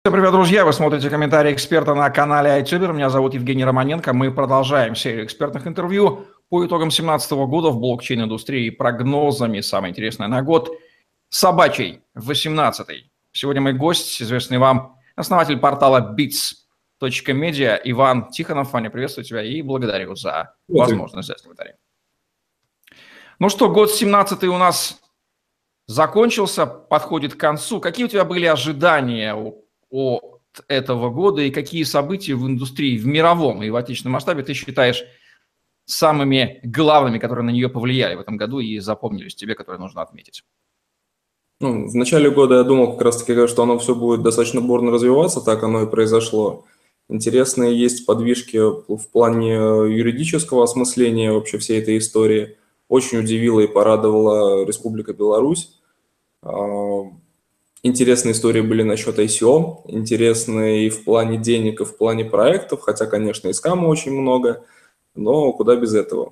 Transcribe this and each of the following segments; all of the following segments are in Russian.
Всем привет, друзья! Вы смотрите комментарии эксперта на канале iTuber. Меня зовут Евгений Романенко. Мы продолжаем серию экспертных интервью по итогам 2017 года в блокчейн-индустрии и прогнозами. Самое интересное на год собачий, 18-й. Сегодня мой гость, известный вам основатель портала bits.media Иван Тихонов. Ваня, приветствую тебя и благодарю за возможность взять комментарий. Ну что, год 17-й у нас закончился, подходит к концу. Какие у тебя были ожидания от этого года и какие события в индустрии, в мировом и в отечественном масштабе ты считаешь самыми главными, которые на нее повлияли в этом году и запомнились тебе, которые нужно отметить? В начале года я думал как раз-таки, что оно все будет достаточно бурно развиваться, так оно и произошло. Интересные есть подвижки в плане юридического осмысления вообще всей этой истории. Очень удивила и порадовала Республика Беларусь. Интересные истории были насчет ICO, интересные и в плане денег, и в плане проектов, хотя, конечно, и скама очень много, но куда без этого.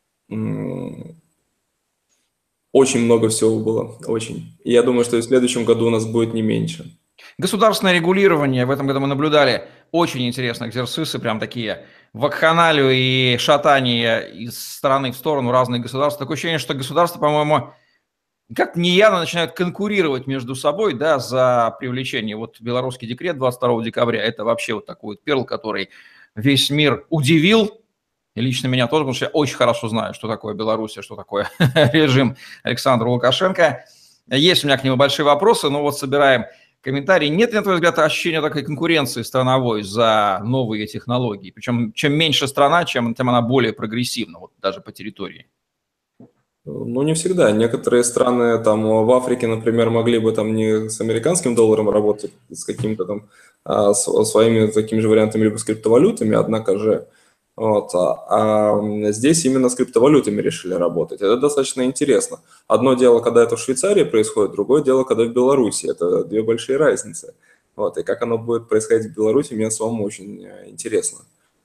Очень много всего было, очень. И я думаю, что и в следующем году у нас будет не меньше. Государственное регулирование. В этом году мы наблюдали очень интересные экзерсисы, прям такие вакханалию и шатание из стороны в сторону разных государств. Такое ощущение, что государства, по-моему, как неявно начинают конкурировать между собой, да, за привлечение. Вот белорусский декрет 22 декабря, это вообще вот такой вот перл, который весь мир удивил. И лично меня тоже, потому что я очень хорошо знаю, что такое Беларусь, что такое режим Александра Лукашенко. Есть у меня к нему большие вопросы, но вот собираем комментарии. Нет ли, на твой взгляд, ощущения такой конкуренции страновой за новые технологии? Причем чем меньше страна, тем она более прогрессивна, вот даже по территории. Ну, не всегда. Некоторые страны там в Африке, например, могли бы там не с американским долларом работать, с какими-то там своими такими же вариантами, либо с криптовалютами, однако же здесь именно с криптовалютами решили работать. Это достаточно интересно. Одно дело, когда это в Швейцарии происходит, другое дело, когда в Беларуси. Это две большие разницы. И как оно будет происходить в Беларуси, мне самому очень интересно.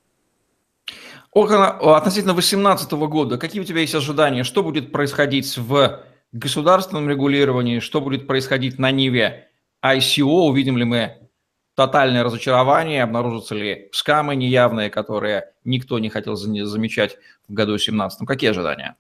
Относительно 2018 года, какие у тебя есть ожидания? Что будет происходить в государственном регулировании? Что будет происходить на ниве ICO? Увидим ли мы тотальное разочарование? Обнаружатся ли скамы неявные, которые никто не хотел замечать в году 2017? Какие ожидания?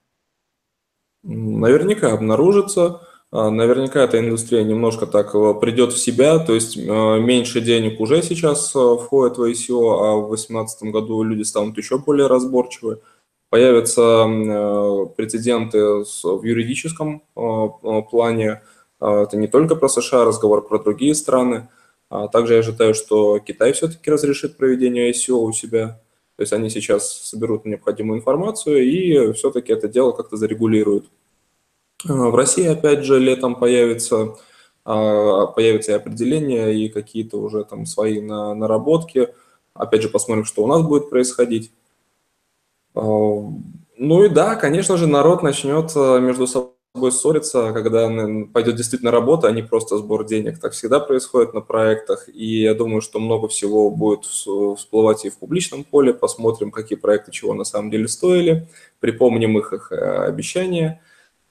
Наверняка обнаружится. Наверняка эта индустрия немножко так придет в себя, то есть меньше денег уже сейчас входит в ICO, а в 2018 году люди станут еще более разборчивы. Появятся прецеденты в юридическом плане. Это не только про США, разговор про другие страны. Также я ожидаю, что Китай все-таки разрешит проведение ICO у себя. То есть они сейчас соберут необходимую информацию и все-таки это дело как-то зарегулируют. В России, опять же, летом появятся и определения, и какие-то уже там свои наработки. Опять же, посмотрим, что у нас будет происходить. Ну и да, конечно же, народ начнет между собой ссориться, когда пойдет действительно работа, а не просто сбор денег. Так всегда происходит на проектах, и я думаю, что много всего будет всплывать и в публичном поле. Посмотрим, какие проекты чего на самом деле стоили, припомним их обещания.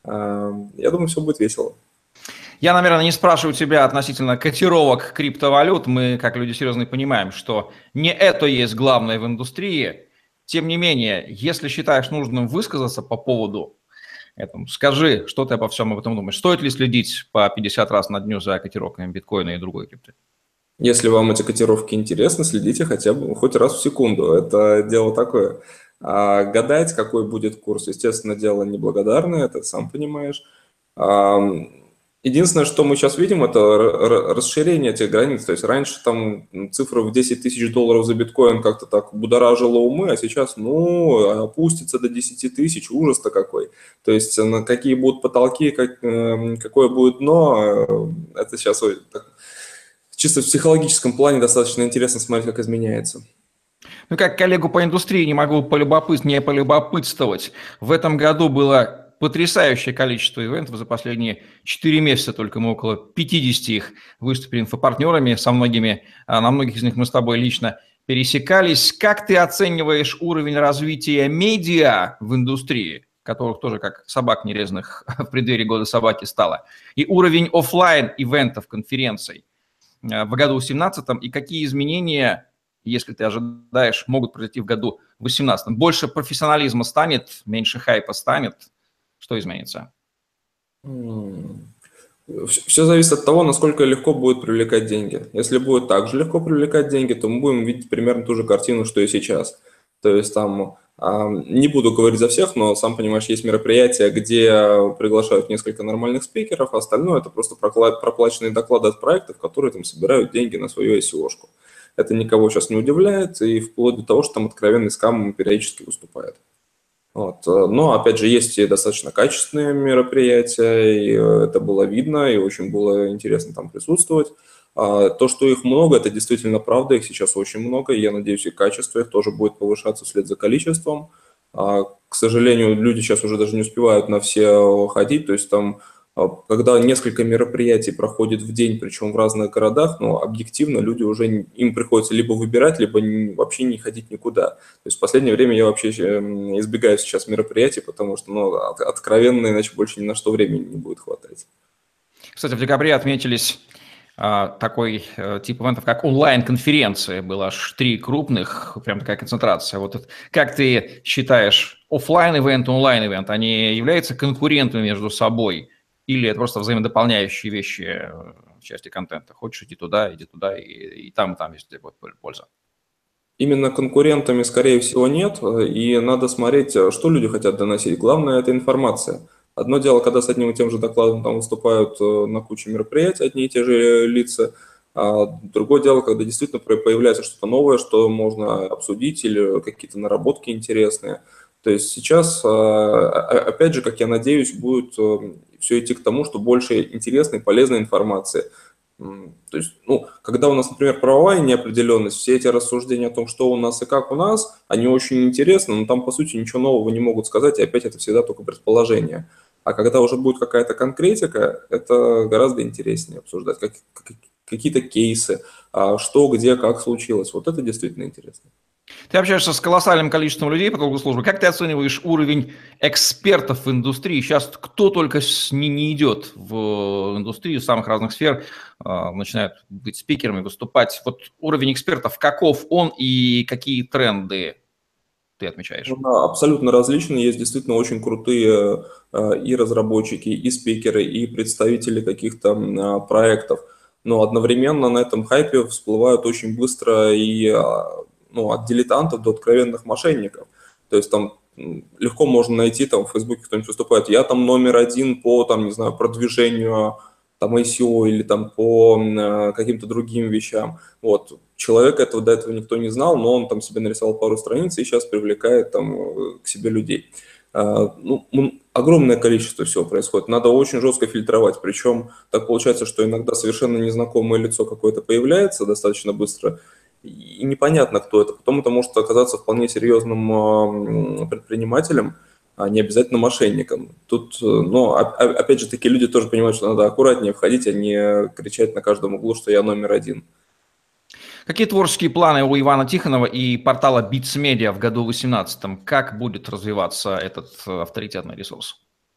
Я думаю, все будет весело. Я, наверное, не спрашиваю тебя относительно котировок криптовалют. Мы, как люди серьезные, понимаем, что не это есть главное в индустрии. Тем не менее, если считаешь нужным высказаться по поводу этого, скажи, что ты обо всем об этом думаешь. Стоит ли следить по 50 раз на дню за котировками биткоина и другой крипты? Если вам эти котировки интересны, следите хотя бы хоть раз в секунду. Это дело такое. А гадать, какой будет курс, естественно, дело неблагодарное, это сам понимаешь. Единственное, что мы сейчас видим, это расширение этих границ. То есть раньше там цифра в 10 тысяч долларов за биткоин как-то так будоражило умы, а сейчас, опустится до 10 тысяч, ужас-то какой. То есть на какие будут потолки, какое будет дно, это сейчас чисто в психологическом плане достаточно интересно смотреть, как изменяется. Ну, как коллегу по индустрии не могу не полюбопытствовать. В этом году было потрясающее количество ивентов за последние 4 месяца, только мы около 50 их выступили инфопартнерами, со многими, на многих из них мы с тобой лично пересекались. Как ты оцениваешь уровень развития медиа в индустрии, которых тоже как собак нерезанных в преддверии года собаки стало, и уровень офлайн ивентов, конференций? в году 2017, и какие изменения, если ты ожидаешь, могут произойти в году 2018? Больше профессионализма станет, меньше хайпа станет? Что изменится? Все зависит от того, насколько легко будет привлекать деньги. Если будет так же легко привлекать деньги, то мы будем видеть примерно ту же картину, что и сейчас. То есть там, не буду говорить за всех, но сам понимаешь, есть мероприятия, где приглашают несколько нормальных спикеров, а остальное это просто проплаченные доклады от проектов, которые там собирают деньги на свою ICO-шку. Это никого сейчас не удивляет, и вплоть до того, что там откровенный скам периодически выступает. Вот. Но, опять же, есть и достаточно качественные мероприятия, и это было видно, и очень было интересно там присутствовать. То, что их много, это действительно правда, их сейчас очень много, и я надеюсь, и качество их тоже будет повышаться вслед за количеством. К сожалению, люди сейчас уже даже не успевают на все ходить, то есть там когда несколько мероприятий проходит в день, причем в разных городах, но объективно люди уже, им приходится либо выбирать, либо вообще не ходить никуда. То есть в последнее время я вообще избегаю сейчас мероприятий, потому что, ну, откровенно, иначе больше ни на что времени не будет хватать. Кстати, в декабре отметились такой тип ивентов, как онлайн-конференции. Было аж 3 крупных, прям такая концентрация. Вот как ты считаешь, офлайн-ивент и онлайн-ивент, они являются конкурентами между собой? Или это просто взаимодополняющие вещи в части контента? Хочешь иди туда, и там везде будет польза. Именно конкурентами, скорее всего, нет, и надо смотреть, что люди хотят доносить. Главное – это информация. Одно дело, когда с одним и тем же докладом там выступают на куче мероприятий одни и те же лица, а другое дело, когда действительно появляется что-то новое, что можно обсудить, или какие-то наработки интересные. То есть сейчас, опять же, как я надеюсь, будет все идти к тому, что больше интересной, полезной информации. То есть, ну, когда у нас, например, правовая неопределенность, все эти рассуждения о том, что у нас и как у нас, они очень интересны, но там, по сути, ничего нового не могут сказать, и опять это всегда только предположение. А когда уже будет какая-то конкретика, это гораздо интереснее обсуждать, какие-то кейсы, что, где, как случилось. Вот это действительно интересно. Ты общаешься с колоссальным количеством людей по долгу службы. Как ты оцениваешь уровень экспертов в индустрии? Сейчас кто только не идет в индустрию самых разных сфер, начинает быть спикерами, выступать. Вот уровень экспертов, каков он и какие тренды ты отмечаешь? Да, абсолютно различные. Есть действительно очень крутые и разработчики, и спикеры, и представители каких-то проектов. Но одновременно на этом хайпе всплывают очень быстро и ну, от дилетантов до откровенных мошенников. То есть там легко можно найти, там в Фейсбуке кто-нибудь выступает, я там номер один по, там, не знаю, продвижению там ICO или там по каким-то другим вещам. Вот. Человека этого до этого никто не знал, но он там себе нарисовал пару страниц и сейчас привлекает там к себе людей. Ну, огромное количество всего происходит. Надо очень жестко фильтровать. Причем так получается, что иногда совершенно незнакомое лицо какое-то появляется достаточно быстро, и непонятно, кто это. Потом это может оказаться вполне серьезным предпринимателем, а не обязательно мошенником. Тут, но опять же, такие люди тоже понимают, что надо аккуратнее входить, а не кричать на каждом углу, что я номер один. Какие творческие планы у Ивана Тихонова и портала Bits Media в году 2018? Как будет развиваться этот авторитетный ресурс?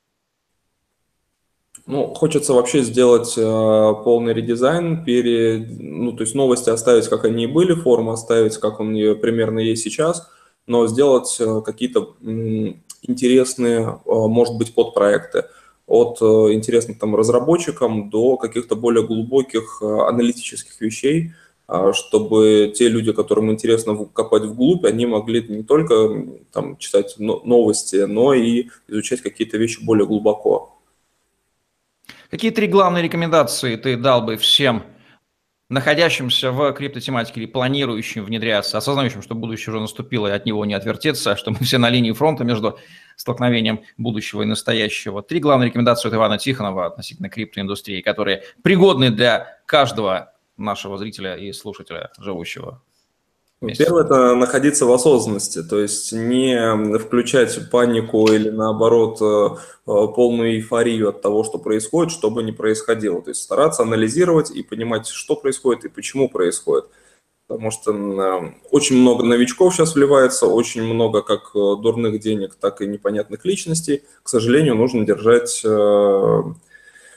Ну, хочется вообще сделать полный редизайн, ну, то есть новости оставить, как они и были, форму оставить, как он примерно есть сейчас, но сделать какие-то интересные, может быть, подпроекты от интересных там разработчикам до каких-то более глубоких аналитических вещей, чтобы те люди, которым интересно копать вглубь, они могли не только там читать новости, но и изучать какие-то вещи более глубоко. Какие 3 главные рекомендации ты дал бы всем находящимся в криптотематике или планирующим внедряться, осознающим, что будущее уже наступило и от него не отвертеться, что мы все на линии фронта между столкновением будущего и настоящего? 3 главные рекомендации от Ивана Тихонова относительно криптоиндустрии, которые пригодны для каждого нашего зрителя и слушателя, живущего вместе. Первое – это находиться в осознанности, то есть не включать панику или, наоборот, полную эйфорию от того, что происходит, что бы ни происходило. То есть стараться анализировать и понимать, что происходит и почему происходит. Потому что очень много новичков сейчас вливается, очень много как дурных денег, так и непонятных личностей. К сожалению, нужно держать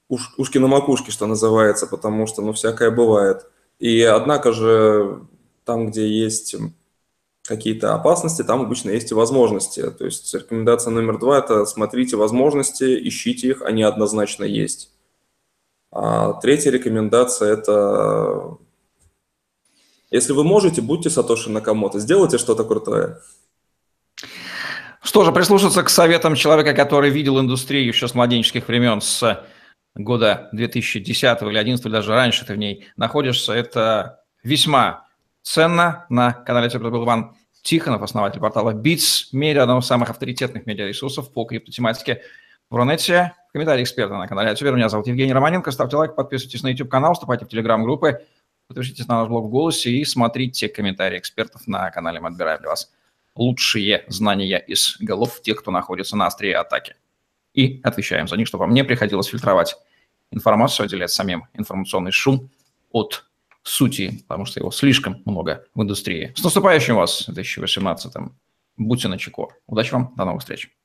ушки на макушке, что называется, потому что, ну, всякое бывает. И однако же там, где есть какие-то опасности, там обычно есть и возможности. То есть рекомендация номер 2– это смотрите возможности, ищите их, они однозначно есть. А третья рекомендация– это если вы можете, будьте Сатоши Накамото, сделайте что-то крутое. Что же, прислушаться к советам человека, который видел индустрию еще с младенческих времен, с года 2010 или 2011, или даже раньше ты в ней находишься, это весьма ценно. На канале Тибер был Иван Тихонов, основатель портала Bits Media, одного из самых авторитетных медиаресурсов по криптотематике в Рунете. Комментарий эксперта на канале Тибер. Меня зовут Евгений Романенко. Ставьте лайк, подписывайтесь на YouTube-канал, вступайте в Telegram-группы, подпишитесь на наш блог в голосе и смотрите комментарии экспертов на канале. Мы отбираем для вас лучшие знания из голов тех, кто находится на острие атаки. И отвечаем за них, чтобы вам не приходилось фильтровать информацию, отделять самим информационный шум от сути, потому что его слишком много в индустрии. С наступающим вас 2018-м. Будьте начеку. Удачи вам, до новых встреч.